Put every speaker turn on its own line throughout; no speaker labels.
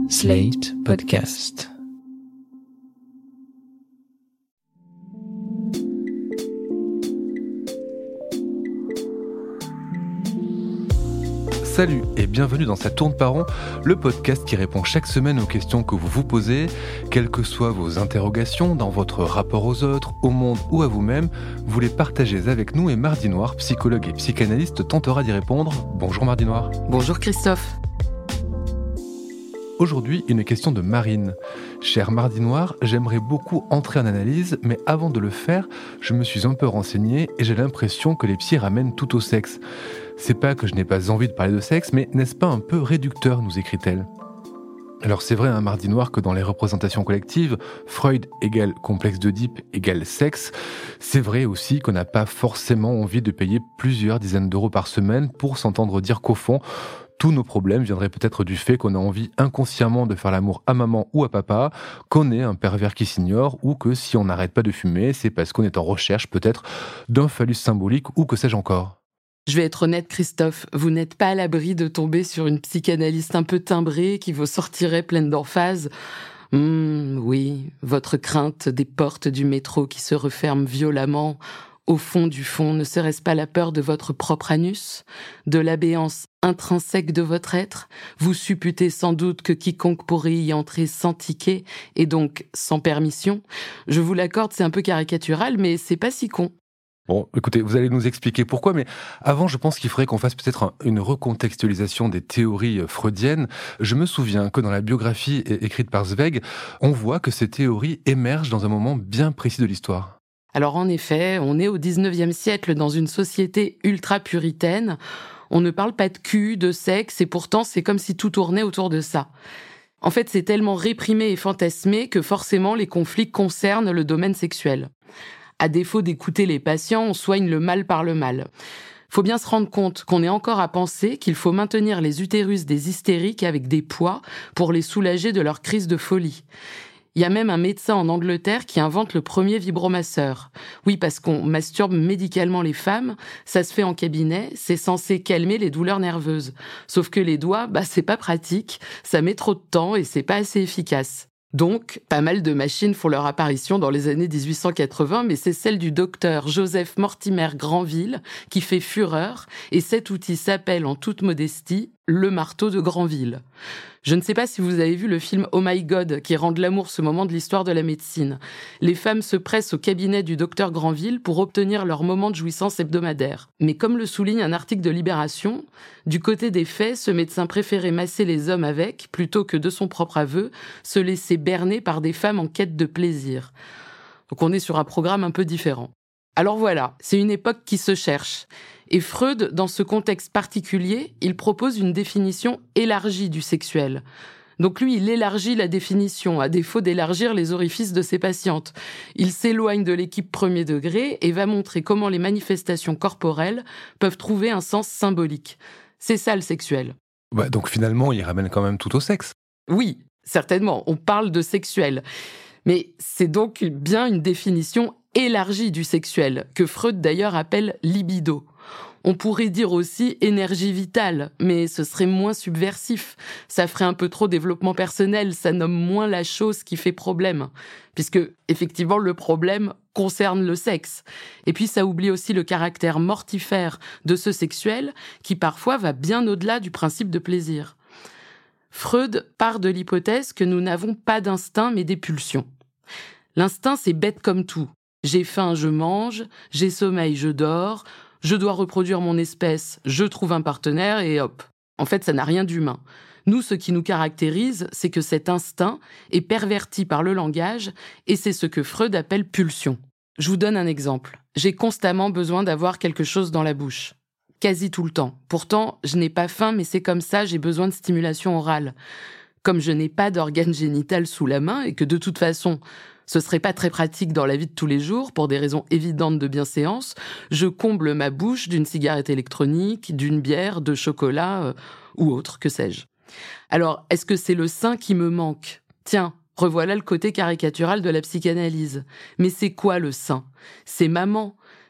Slate Podcast.
Salut et bienvenue dans Ça tourne par rond, le podcast qui répond chaque semaine aux questions que vous vous posez, quelles que soient vos interrogations dans votre rapport aux autres, au monde ou à vous-même, vous les partagez avec nous et Mardi Noir, psychologue et psychanalyste, tentera d'y répondre. Bonjour Mardi Noir.
Bonjour Christophe.
Aujourd'hui, une question de Marine. Cher Mardi Noir, j'aimerais beaucoup entrer en analyse, mais avant de le faire, je me suis un peu renseigné et j'ai l'impression que les psys ramènent tout au sexe. C'est pas que je n'ai pas envie de parler de sexe, mais n'est-ce pas un peu réducteur, nous écrit-elle. Alors c'est vrai, un Mardi Noir, que dans les représentations collectives, Freud égale complexe d'Oedipe égale sexe. C'est vrai aussi qu'on n'a pas forcément envie de payer plusieurs dizaines d'euros par semaine pour s'entendre dire qu'au fond, tous nos problèmes viendraient peut-être du fait qu'on a envie inconsciemment de faire l'amour à maman ou à papa, qu'on est un pervers qui s'ignore, ou que si on n'arrête pas de fumer, c'est parce qu'on est en recherche peut-être d'un phallus symbolique ou que sais-je encore.
Je vais être honnête Christophe, vous n'êtes pas à l'abri de tomber sur une psychanalyste un peu timbrée qui vous sortirait pleine d'emphase. Oui, votre crainte des portes du métro qui se referment violemment. Au fond du fond, ne serait-ce pas la peur de votre propre anus, de l'abéance intrinsèque de votre être? Vous supputez sans doute que quiconque pourrait y entrer sans ticket, et donc sans permission. Je vous l'accorde, c'est un peu caricatural, mais c'est pas si con.
Bon, écoutez, vous allez nous expliquer pourquoi, mais avant, je pense qu'il faudrait qu'on fasse peut-être une recontextualisation des théories freudiennes. Je me souviens que dans la biographie écrite par Zweig, on voit que ces théories émergent dans un moment bien précis de l'histoire.
Alors en effet, on est au 19e siècle dans une société ultra-puritaine. On ne parle pas de cul, de sexe, et pourtant c'est comme si tout tournait autour de ça. En fait, c'est tellement réprimé et fantasmé que forcément les conflits concernent le domaine sexuel. À défaut d'écouter les patients, on soigne le mal par le mal. Faut bien se rendre compte qu'on est encore à penser qu'il faut maintenir les utérus des hystériques avec des poids pour les soulager de leur crise de folie. Il y a même un médecin en Angleterre qui invente le premier vibromasseur. Oui, parce qu'on masturbe médicalement les femmes, ça se fait en cabinet, c'est censé calmer les douleurs nerveuses. Sauf que les doigts, c'est pas pratique, ça met trop de temps et c'est pas assez efficace. Donc, pas mal de machines font leur apparition dans les années 1880, mais c'est celle du docteur Joseph Mortimer Granville qui fait fureur, et cet outil s'appelle en toute modestie le marteau de Granville. Je ne sais pas si vous avez vu le film Oh My God, qui rend de l'amour ce moment de l'histoire de la médecine. Les femmes se pressent au cabinet du docteur Granville pour obtenir leur moment de jouissance hebdomadaire. Mais comme le souligne un article de Libération, du côté des faits, ce médecin préférait masser les hommes avec, plutôt que de son propre aveu, se laisser berner par des femmes en quête de plaisir. Donc on est sur un programme un peu différent. Alors voilà, c'est une époque qui se cherche. Et Freud, dans ce contexte particulier, il propose une définition élargie du sexuel. Donc lui, il élargit la définition, à défaut d'élargir les orifices de ses patientes. Il s'éloigne de l'équipe premier degré et va montrer comment les manifestations corporelles peuvent trouver un sens symbolique. C'est ça le sexuel.
Donc finalement, il ramène quand même tout au sexe.
Oui, certainement, on parle de sexuel. Mais c'est donc bien une définition élargie du sexuel, que Freud d'ailleurs appelle libido. On pourrait dire aussi énergie vitale, mais ce serait moins subversif. Ça ferait un peu trop développement personnel, ça nomme moins la chose qui fait problème. Puisque, effectivement, le problème concerne le sexe. Et puis ça oublie aussi le caractère mortifère de ce sexuel, qui parfois va bien au-delà du principe de plaisir. Freud part de l'hypothèse que nous n'avons pas d'instinct, mais des pulsions. L'instinct, c'est bête comme tout. J'ai faim, je mange, j'ai sommeil, je dors, je dois reproduire mon espèce, je trouve un partenaire et hop. En fait, ça n'a rien d'humain. Nous, ce qui nous caractérise, c'est que cet instinct est perverti par le langage et c'est ce que Freud appelle pulsion. Je vous donne un exemple. J'ai constamment besoin d'avoir quelque chose dans la bouche. Quasi tout le temps. Pourtant, je n'ai pas faim, mais c'est comme ça, j'ai besoin de stimulation orale. Comme je n'ai pas d'organe génital sous la main et que de toute façon, ce serait pas très pratique dans la vie de tous les jours pour des raisons évidentes de bienséance, je comble ma bouche d'une cigarette électronique, d'une bière, de chocolat ou autre, que sais-je. Alors, est-ce que c'est le sein qui me manque ? Tiens, revoilà le côté caricatural de la psychanalyse. Mais c'est quoi le sein ? C'est maman.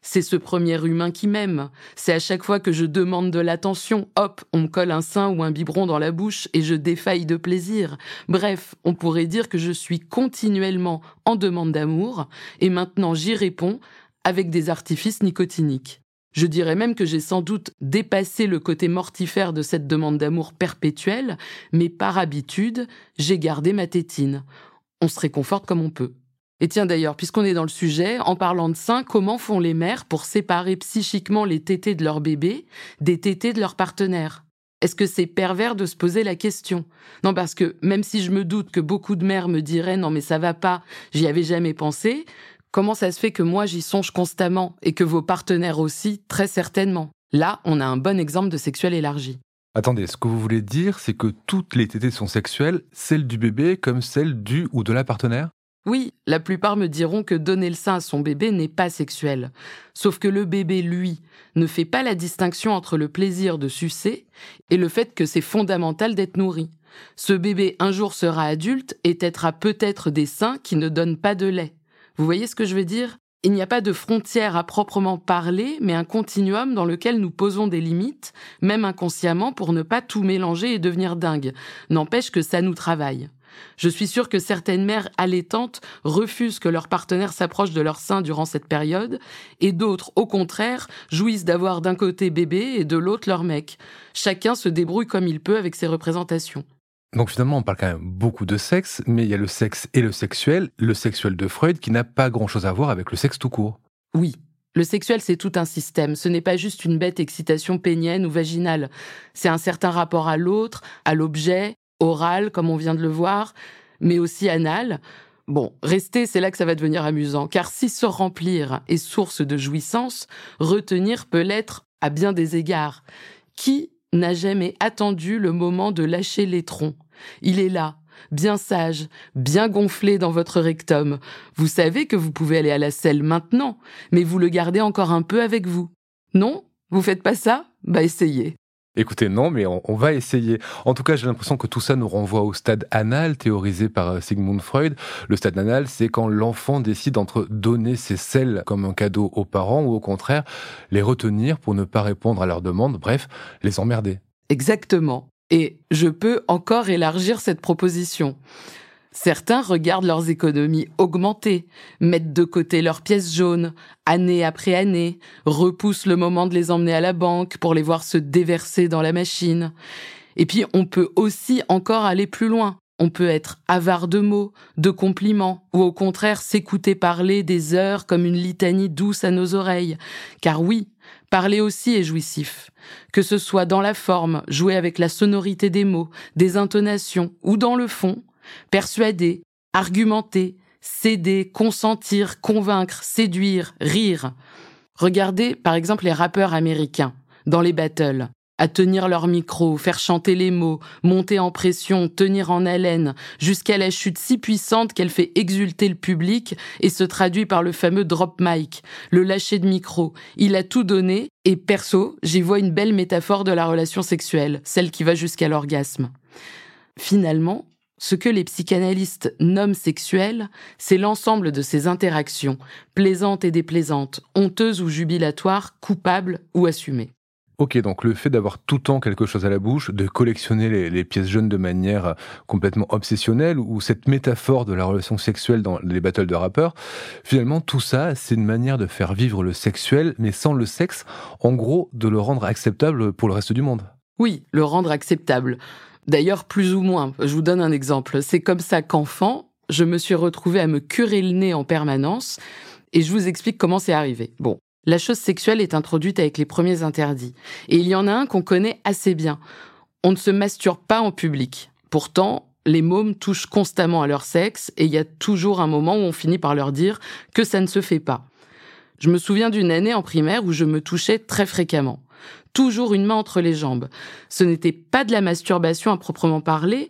C'est ce premier humain qui m'aime. C'est à chaque fois que je demande de l'attention, hop, on me colle un sein ou un biberon dans la bouche et je défaille de plaisir. Bref, on pourrait dire que je suis continuellement en demande d'amour et maintenant j'y réponds avec des artifices nicotiniques. Je dirais même que j'ai sans doute dépassé le côté mortifère de cette demande d'amour perpétuelle, mais par habitude, j'ai gardé ma tétine. On se réconforte comme on peut. Et tiens d'ailleurs, puisqu'on est dans le sujet, en parlant de seins, comment font les mères pour séparer psychiquement les tétés de leur bébé des tétés de leur partenaire ? Est-ce que c'est pervers de se poser la question ? Non, parce que même si je me doute que beaucoup de mères me diraient « non mais ça va pas, j'y avais jamais pensé », comment ça se fait que moi j'y songe constamment et que vos partenaires aussi, très certainement ? Là, on a un bon exemple de sexuel élargi.
Attendez, ce que vous voulez dire, c'est que toutes les tétées sont sexuelles, celles du bébé comme celles du ou de la partenaire ?
Oui, la plupart me diront que donner le sein à son bébé n'est pas sexuel. Sauf que le bébé, lui, ne fait pas la distinction entre le plaisir de sucer et le fait que c'est fondamental d'être nourri. Ce bébé, un jour, sera adulte et têtera peut-être des seins qui ne donnent pas de lait. Vous voyez ce que je veux dire ? Il n'y a pas de frontière à proprement parler, mais un continuum dans lequel nous posons des limites, même inconsciemment, pour ne pas tout mélanger et devenir dingue. N'empêche que ça nous travaille. Je suis sûre que certaines mères allaitantes refusent que leur partenaire s'approche de leur sein durant cette période, et d'autres, au contraire, jouissent d'avoir d'un côté bébé et de l'autre leur mec. Chacun se débrouille comme il peut avec ses représentations.
Donc finalement, on parle quand même beaucoup de sexe, mais il y a le sexe et le sexuel de Freud qui n'a pas grand-chose à voir avec le sexe tout court.
Oui. Le sexuel, c'est tout un système. Ce n'est pas juste une bête excitation pénienne ou vaginale. C'est un certain rapport à l'autre, à l'objet, oral, comme on vient de le voir, mais aussi anal. Bon, rester, c'est là que ça va devenir amusant, car si se remplir est source de jouissance, retenir peut l'être à bien des égards. Qui n'a jamais attendu le moment de lâcher l'étron ? Il est là, bien sage, bien gonflé dans votre rectum. Vous savez que vous pouvez aller à la selle maintenant, mais vous le gardez encore un peu avec vous. Non ? Vous faites pas ça ? Bah essayez.
Écoutez, non, mais on va essayer. En tout cas, j'ai l'impression que tout ça nous renvoie au stade anal théorisé par Sigmund Freud. Le stade anal, c'est quand l'enfant décide entre donner ses selles comme un cadeau aux parents ou au contraire, les retenir pour ne pas répondre à leurs demandes, bref, les emmerder.
Exactement. Et je peux encore élargir cette proposition. Certains regardent leurs économies augmenter, mettent de côté leurs pièces jaunes, année après année, repoussent le moment de les emmener à la banque pour les voir se déverser dans la machine. Et puis, on peut aussi encore aller plus loin. On peut être avare de mots, de compliments, ou au contraire s'écouter parler des heures comme une litanie douce à nos oreilles. Car oui, parler aussi est jouissif. Que ce soit dans la forme, jouer avec la sonorité des mots, des intonations, ou dans le fond, persuader, argumenter, céder, consentir, convaincre, séduire, rire. Regardez par exemple les rappeurs américains, dans les battles, à tenir leur micro, faire chanter les mots, monter en pression, tenir en haleine, jusqu'à la chute si puissante qu'elle fait exulter le public et se traduit par le fameux drop mic, le lâcher de micro. Il a tout donné et perso, j'y vois une belle métaphore de la relation sexuelle, celle qui va jusqu'à l'orgasme. Finalement, ce que les psychanalystes nomment sexuel, c'est l'ensemble de ces interactions, plaisantes et déplaisantes, honteuses ou jubilatoires, coupables ou assumées.
Ok, donc le fait d'avoir tout le temps quelque chose à la bouche, de collectionner les pièces jaunes de manière complètement obsessionnelle, ou cette métaphore de la relation sexuelle dans les battles de rappeurs, finalement tout ça, c'est une manière de faire vivre le sexuel, mais sans le sexe, en gros, de le rendre acceptable pour le reste du monde.
Oui, le rendre acceptable. D'ailleurs, plus ou moins. Je vous donne un exemple. C'est comme ça qu'enfant, je me suis retrouvée à me curer le nez en permanence, et je vous explique comment c'est arrivé. Bon. La chose sexuelle est introduite avec les premiers interdits. Et il y en a un qu'on connaît assez bien. On ne se masturbe pas en public. Pourtant, les mômes touchent constamment à leur sexe et il y a toujours un moment où on finit par leur dire que ça ne se fait pas. Je me souviens d'une année en primaire où je me touchais très fréquemment. Toujours une main entre les jambes. Ce n'était pas de la masturbation à proprement parler.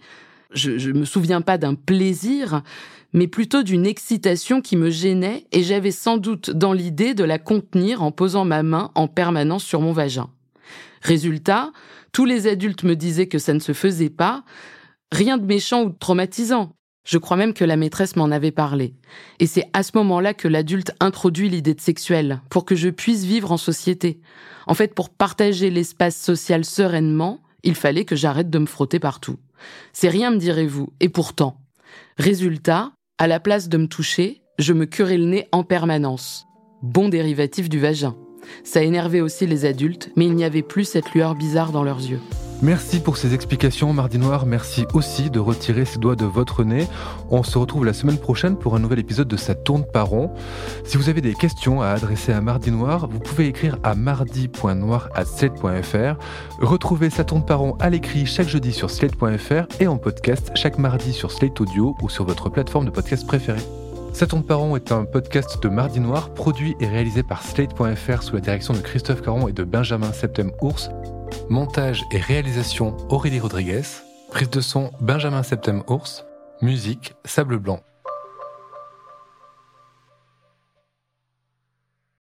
Je me souviens pas d'un plaisir, mais plutôt d'une excitation qui me gênait et j'avais sans doute dans l'idée de la contenir en posant ma main en permanence sur mon vagin. Résultat, tous les adultes me disaient que ça ne se faisait pas. Rien de méchant ou de traumatisant. Je crois même que la maîtresse m'en avait parlé. Et c'est à ce moment-là que l'adulte introduit l'idée de sexuel, pour que je puisse vivre en société. En fait, pour partager l'espace social sereinement, il fallait que j'arrête de me frotter partout. C'est rien, me direz-vous, et pourtant. Résultat, à la place de me toucher, je me curais le nez en permanence. Bon dérivatif du vagin. Ça énervait aussi les adultes, mais il n'y avait plus cette lueur bizarre dans leurs yeux.
Merci pour ces explications, Mardi Noir. Merci aussi de retirer ces doigts de votre nez. On se retrouve la semaine prochaine pour un nouvel épisode de Ça tourne pas rond. Si vous avez des questions à adresser à Mardi Noir, vous pouvez écrire à mardi.noir@slate.fr. Retrouvez Ça tourne pas rond à l'écrit chaque jeudi sur slate.fr et en podcast chaque mardi sur Slate Audio ou sur votre plateforme de podcast préférée. Ça tourne pas rond est un podcast de Mardi Noir, produit et réalisé par Slate.fr sous la direction de Christophe Caron et de Benjamin Septem-Ours. Montage et réalisation Aurélie Rodriguez. Prise de son Benjamin Septem-Ours. Musique Sable Blanc.